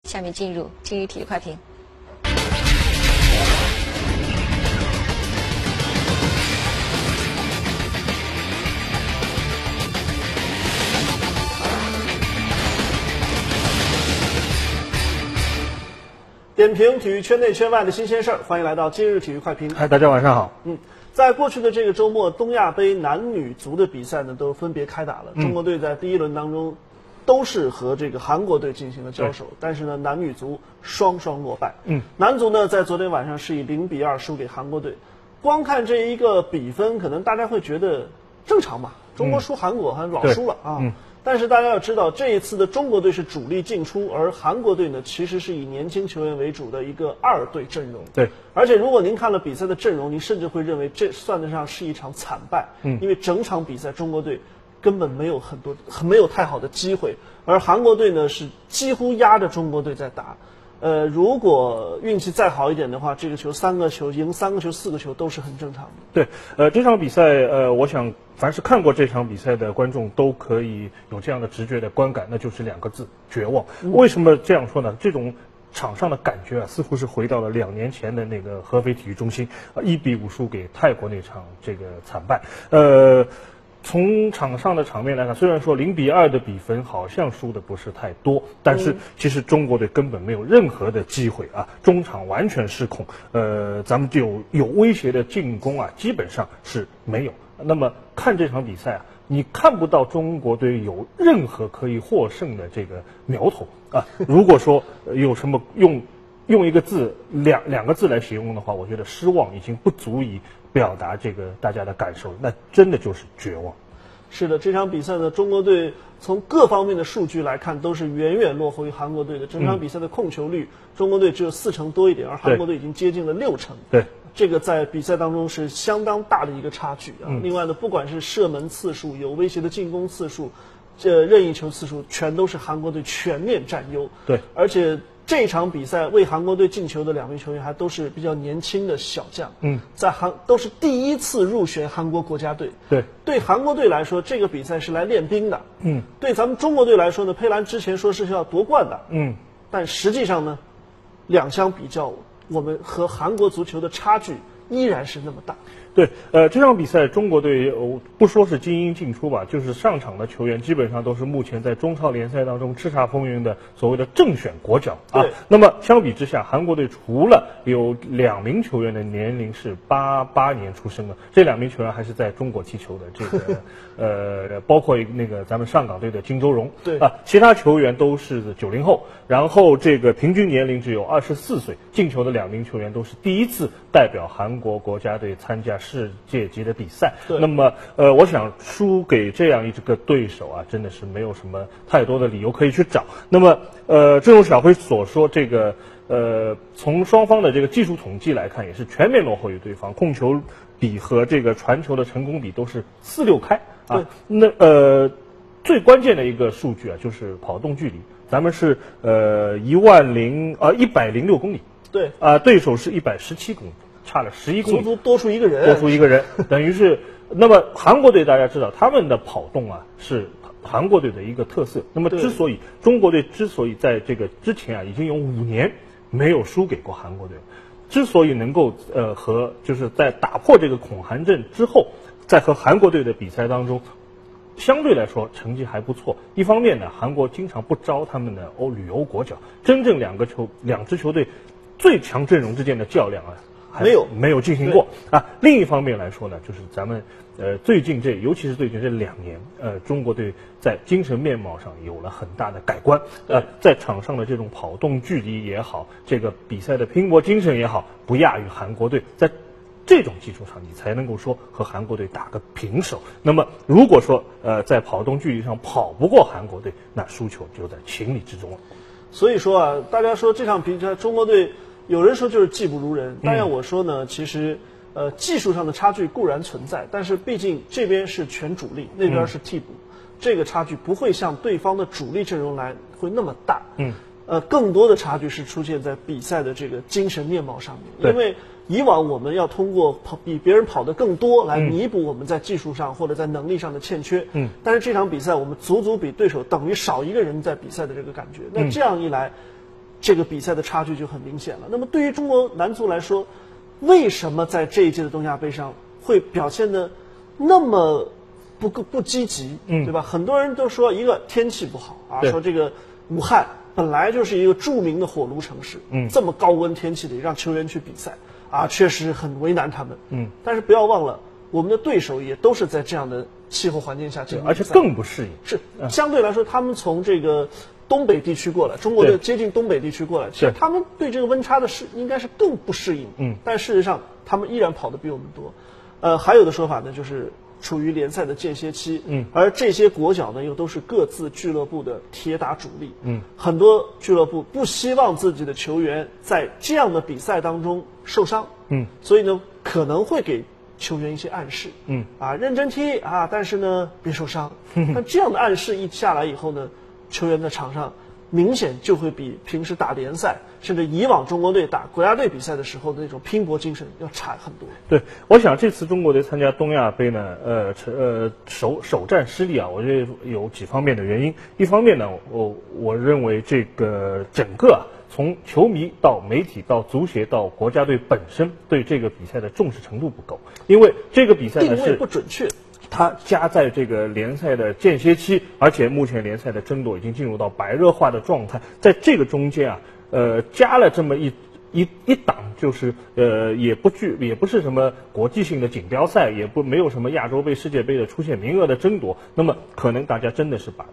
下面进入今日体育快评。 点评体育圈内圈外的新鲜事儿，欢迎来到今日体育快评。 嗨，大家晚上好。 在过去的这个周末，东亚杯男女足的比赛呢都分别开打了。中国队在第一轮当中都是和这个韩国队进行了交手，但是呢男女足双双落败。男足呢在昨天晚上是以0-2输给韩国队。光看这一个比分，可能大家会觉得正常嘛，中国输韩国好像老输了啊。但是大家要知道，这一次的中国队是主力进出，而韩国队呢，其实是以年轻球员为主的一个二队阵容。 对， 而且如果您看了比赛的阵容，您甚至会认为这算得上是一场惨败。因为整场比赛中国队根本没有太好的机会，而韩国队呢是几乎压着中国队在打。如果运气再好一点的话，这个球3个球赢3个球4个球都是很正常的。 对，这场比赛我想凡是看过这场比赛的观众都可以有这样的直觉的观感，那就是2个字：绝望。为什么这样说呢？这种场上的感觉啊，似乎是回到了2年前的那个合肥体育中心1-5输给泰国那场这个惨败。从场上的场面来看，虽然说0-2的比分好像输的不是太多，但是其实中国队根本没有任何的机会啊，中场完全失控。咱们就有威胁的进攻啊，基本上是没有。那么看这场比赛啊，你看不到中国队有任何可以获胜的这个苗头啊。如果说有什么用一个字两个字来形容的话，我觉得失望已经不足以表达这个大家的感受，那真的就是绝望。 是的，这场比赛呢，中国队从各方面的数据来看都是远远落后于韩国队的。整场比赛的控球率，中国队只有4成多一点，而韩国队已经接近了6成。 对， 这个在比赛当中是相当大的一个差距啊。另外呢，不管是射门次数、有威胁的进攻次数、任意球次数，全都是韩国队全面占优。 对， 而且这场比赛为韩国队进球的2名球员还都是比较年轻的小将，都是第一次入选韩国国家队。对韩国队来说，这个比赛是来练兵的。对咱们中国队来说呢，佩兰之前说是要夺冠的。但实际上呢，2相比较，我们和韩国足球的差距依然是那么大。 对，这场比赛中国队不说是精英进出吧，就是上场的球员基本上都是目前在中超联赛当中叱咤风云的所谓的正选国脚啊。那么相比之下，韩国队除了有2名球员的年龄是88年出生的，这2名球员还是在中国踢球的，这个包括那个咱们上港队的金周荣，其他球员都是90后，然后这个平均年龄只有24岁，进球的2名球员都是第一次代表韩国国家队参加世界级的比赛。那么我想输给这样一个对手啊，真的是没有什么太多的理由可以去找。那么正如小辉所说，这个从双方的这个技术统计来看，也是全面落后于对方，控球比和这个传球的成功比都是4-6开啊。那最关键的一个数据啊，就是跑动距离，咱们是106公里，对啊，对手是117公里。差了11公里， 足足多出一个人， 等于是。那么韩国队大家知道，他们的跑动啊是韩国队的一个特色。那么中国队之所以在这个之前啊已经有5年没有输给过韩国队，之所以能够就是在打破这个恐韩阵之后，在和韩国队的比赛当中，相对来说成绩还不错。一方面呢，韩国经常不招他们的旅游国脚，真正2支球队最强阵容之间的较量啊。没有进行过啊。另一方面来说呢，就是咱们尤其是最近这2年，中国队在精神面貌上有了很大的改观。在场上的这种跑动距离也好，这个比赛的拼搏精神也好，不亚于韩国队。在这种基础上，你才能够说和韩国队打个平手。那么如果说在跑动距离上跑不过韩国队，那输球就在情理之中了。 所以说啊，大家说这场比赛中国队，有人说就是技不如人，但要我说呢，其实技术上的差距固然存在，但是毕竟这边是全主力，那边是替补，这个差距不会像对方的主力阵容来会那么大。更多的差距是出现在比赛的这个精神面貌上面，因为以往我们要通过比别人跑得更多来弥补我们在技术上或者在能力上的欠缺。但是这场比赛我们足足比对手等于少一个人在比赛的这个感觉。那这样一来， 这个比赛的差距就很明显了。那么对于中国男足来说，为什么在这一届的东亚杯上会表现的那么不积极，对吧？很多人都说一个天气不好啊，说这个武汉本来就是一个著名的火炉城市，这么高温天气里让球员去比赛啊，确实很为难他们。但是不要忘了，我们的对手也都是在这样的气候环境下进行比赛， 而且更不适应。 是相对来说，他们从这个东北地区过来，中国队接近东北地区过来，其实他们对这个温差的应该是更不适应。但事实上他们依然跑得比我们多。还有的说法呢，就是处于联赛的间歇期，而这些国脚呢又都是各自俱乐部的铁打主力，很多俱乐部不希望自己的球员在这样的比赛当中受伤，所以呢可能会给球员一些暗示，认真踢啊，但是呢别受伤。但这样的暗示一下来以后呢，球员在场上明显就会比平时打联赛，甚至以往中国队打国家队比赛的时候的那种拼搏精神要差很多。 对，我想这次中国队参加东亚杯呢，首战失利啊，我觉得有几方面的原因。一方面呢，我认为这个整个从球迷到媒体到足协到国家队本身对这个比赛的重视程度不够，因为这个比赛呢定位不准确。 它加在这个联赛的间歇期，而且目前联赛的争夺已经进入到白热化的状态，在这个中间啊，加了这么一档，就是也不是什么国际性的锦标赛，也没有什么亚洲杯、世界杯的出现名额的争夺，那么可能大家真的是把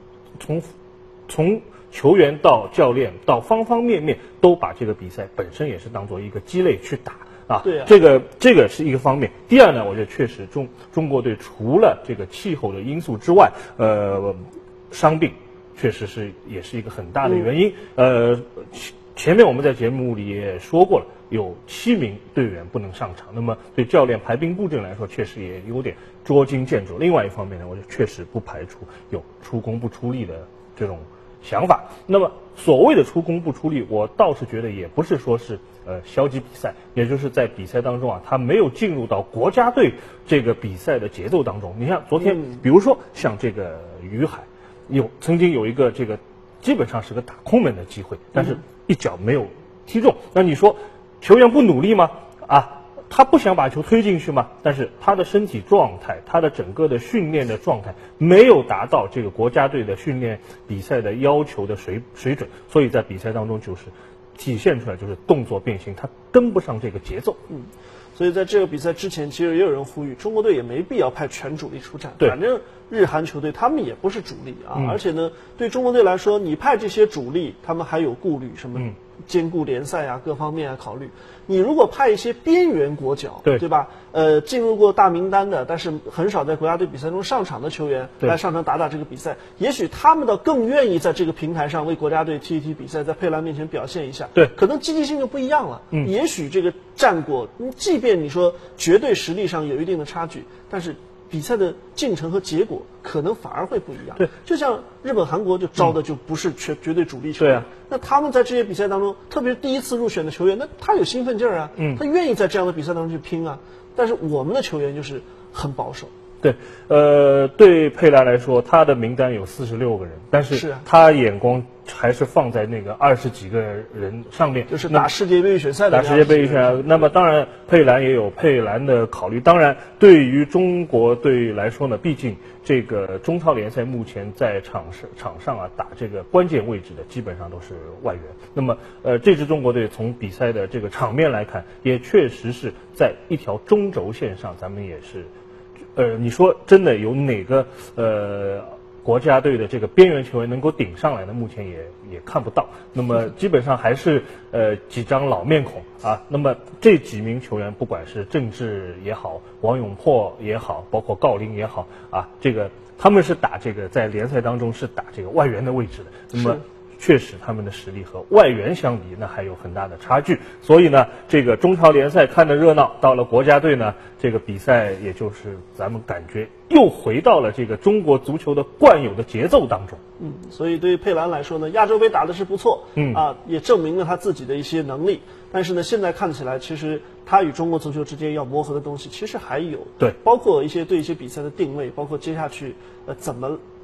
从球员到教练到方方面面都把这个比赛本身也是当做一个鸡肋去打。 对啊， 这个是一个方面。第二呢，我觉得确实中国队除了这个气候的因素之外，伤病确实也是一个很大的原因。前面我们在节目里也说过了，有7名队员不能上场，那么对教练排兵布阵来说，确实也有点捉襟见肘。另外一方面呢，我就确实不排除有出工不出力的这种想法。那么所谓的出工不出力，我倒是觉得也不是说是消极比赛，也就是在比赛当中啊，他没有进入到国家队这个比赛的节奏当中。你像昨天，比如说像这个于海，曾经有一个这个基本上是个打空门的机会，但是一脚没有踢中。那你说球员不努力吗？他不想把球推进去吗？但是他的身体状态，他的整个的训练的状态没有达到这个国家队的训练比赛的要求的水准，所以在比赛当中就是体现出来就是动作变形，他跟不上这个节奏。 所以在这个比赛之前，其实也有人呼吁中国队也没必要派全主力出战，反正日韩球队他们也不是主力啊，而且呢，对中国队来说，你派这些主力，他们还有顾虑，什么兼顾联赛啊各方面啊考虑。你如果派一些边缘国脚，对吧？进入过大名单的，但是很少在国家队比赛中上场的球员来上场打这个比赛，也许他们倒更愿意在这个平台上为国家队踢一踢比赛，在佩兰面前表现一下，可能积极性就不一样了。也许这个战果，即便你说绝对实力上有一定的差距，但是比赛的进程和结果可能反而会不一样。就像日本、韩国就招的就不是绝对主力球员，那他们在这些比赛当中，特别是第一次入选的球员，那他有兴奋劲儿啊，他愿意在这样的比赛当中去拼啊。但是我们的球员就是很保守。 对佩兰来说，他的名单有46个人，但是他眼光还是放在那个20几个人上面， 就是打世界杯预选赛的。 打世界杯预选赛，那么当然佩兰也有佩兰的考虑。当然，对于中国队来说呢，毕竟这个中超联赛目前在场上啊打这个关键位置的基本上都是外援。那么这支中国队从比赛的这个场面来看，也确实是在一条中轴线上，咱们也是。你说真的有哪个国家队的这个边缘球员能够顶上来呢？目前也看不到。那么基本上还是几张老面孔啊。那么这几名球员，不管是郑智也好，王永珀也好，包括郜林也好啊，这个他们是打这个在联赛当中是打这个外援的位置的。那么确实他们的实力和外援相比那还有很大的差距，所以呢这个中超联赛看得热闹，到了国家队呢这个比赛也就是咱们感觉又回到了这个中国足球的惯有的节奏当中。 所以对于佩兰来说呢，亚洲杯打的是不错，也证明了他自己的一些能力，但是呢现在看起来其实他与中国足球之间要磨合的东西其实还有，包括对一些比赛的定位，包括接下去怎么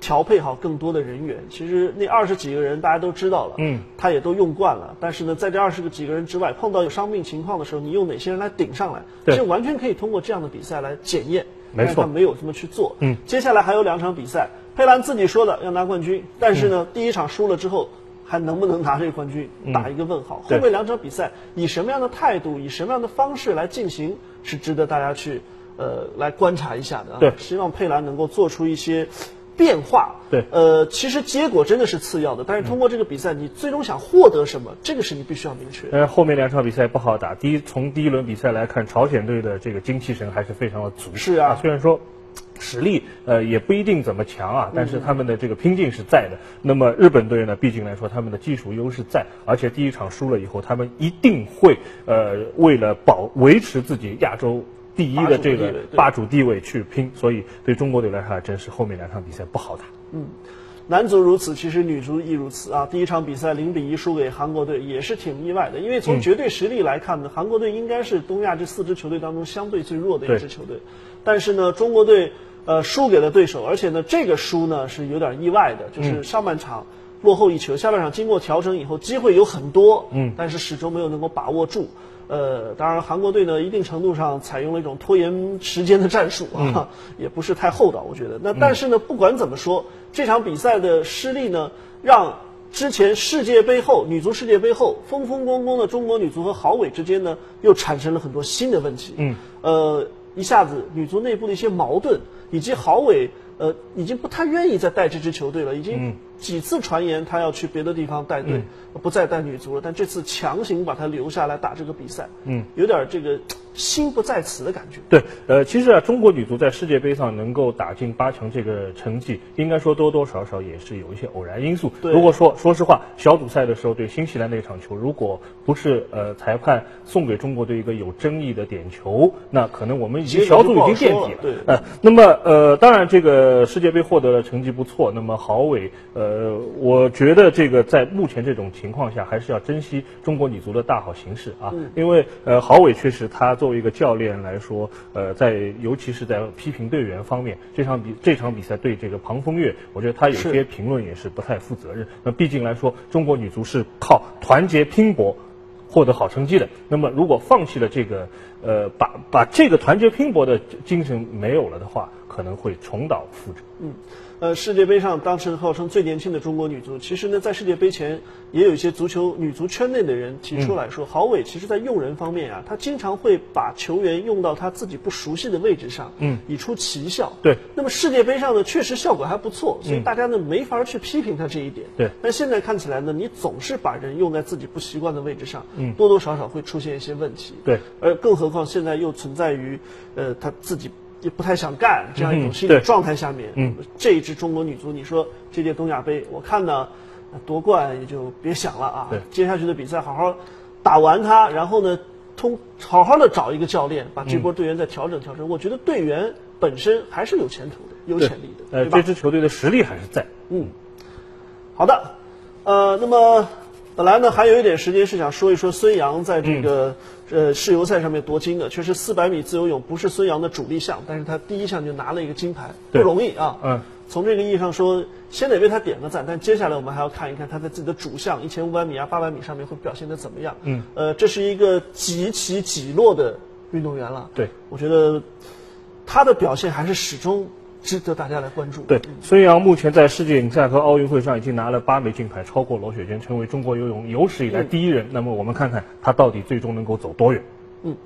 调配好更多的人员。其实那20几个人大家都知道了，他也都用惯了。但是呢，在这20几个人之外，碰到有伤病情况的时候，你用哪些人来顶上来？这完全可以通过这样的比赛来检验。 没错， 但他没有这么去做。接下来还有2场比赛，佩兰自己说的要拿冠军，但是呢，第一场输了之后，还能不能拿这个冠军，打一个问号。后面2场比赛以什么样的态度，以什么样的方式来进行，是值得大家去来观察一下的。 对， 希望佩兰能够做出一些变化。 对， 其实结果真的是次要的，但是通过这个比赛，你最终想获得什么，这个是你必须要明确。 后面2场比赛不好打。从第一轮比赛来看，朝鲜队的这个精气神还是非常的足。 是啊， 虽然说实力也不一定怎么强啊，但是他们的这个拼劲是在的。那么日本队呢，毕竟来说他们的技术优势在，而且第一场输了以后，他们一定会为了维持自己亚洲第一的这个霸主地位去拼，所以对中国队来说，真是后面2场比赛不好打。 男足如此，其实女足亦如此啊！第一场比赛0比1输给韩国队，也是挺意外的。因为从绝对实力来看呢，韩国队应该是东亚这4支球队当中相对最弱的一支球队。但是呢，中国队输给了对手，而且呢，这个输呢是有点意外的，就是上半场落后1球，下半场经过调整以后，机会有很多，但是始终没有能够把握住。当然韩国队呢，一定程度上采用了一种拖延时间的战术啊，也不是太厚道，我觉得。但是呢，不管怎么说，这场比赛的失利呢，让之前世界杯后女足世界杯后风风光光的中国女足和郝伟之间呢，又产生了很多新的问题。一下子女足内部的一些矛盾，以及郝伟已经不太愿意再带这支球队了，已经几次传言他要去别的地方带队，不再带女足了，但这次强行把他留下来打这个比赛，有点这个心不在此的感觉。 对，其实啊，中国女足在世界杯上能够打进8强这个成绩，应该说多多少少也是有一些偶然因素。如果说实话，小组赛的时候对新西兰那场球，如果不是裁判送给中国队一个有争议的点球，那可能我们小组已经垫底了。那么当然这个世界杯获得了成绩不错，那么郝伟我觉得这个在目前这种情况下，还是要珍惜中国女足的大好形势啊，因为郝伟确实他作为一个教练来说，尤其是在批评队员方面，这场比赛对这个庞丰岳，我觉得他有些评论也是不太负责任。那毕竟来说，中国女足是靠团结拼搏获得好成绩的。那么如果放弃了这个把这个团结拼搏的精神没有了的话，可能会重蹈覆辙。 世界杯上当时号称最年轻的中国女足，其实呢，在世界杯前也有一些女足圈内的人提出来说，郝伟其实在用人方面啊，他经常会把球员用到他自己不熟悉的位置上，以出奇效。 对。 那么世界杯上呢，确实效果还不错，所以大家呢没法去批评他这一点。 对。 但现在看起来呢，你总是把人用在自己不习惯的位置上，多多少少会出现一些问题。 对。 更何况现在又存在于他自己也不太想干这样一种心理状态下面，这一支中国女足，你说这届东亚杯，我看呢，夺冠也就别想了啊。接下去的比赛好好打完它，然后呢，好好的找一个教练，把这波队员再调整调整。我觉得队员本身还是有前途的，有潜力的。 这支球队的实力还是在。 好的，那么本来呢还有一点时间是想说一说孙杨在这个世游赛上面夺金的，确实400米自由泳不是孙杨的主力项，但是他第一项就拿了一个金牌，不容易啊。从这个意义上说，先得为他点个赞，但接下来我们还要看一看他在自己的主项1500米啊、800米上面会表现得怎么样。这是一个几起几落的运动员了。 对， 我觉得他的表现还是始终值得大家来关注。 对，孙杨目前在世界锦赛和奥运会上已经拿了8枚金牌，超过罗雪娟，成为中国游泳有史以来第一人。那么我们看看他到底最终能够走多远。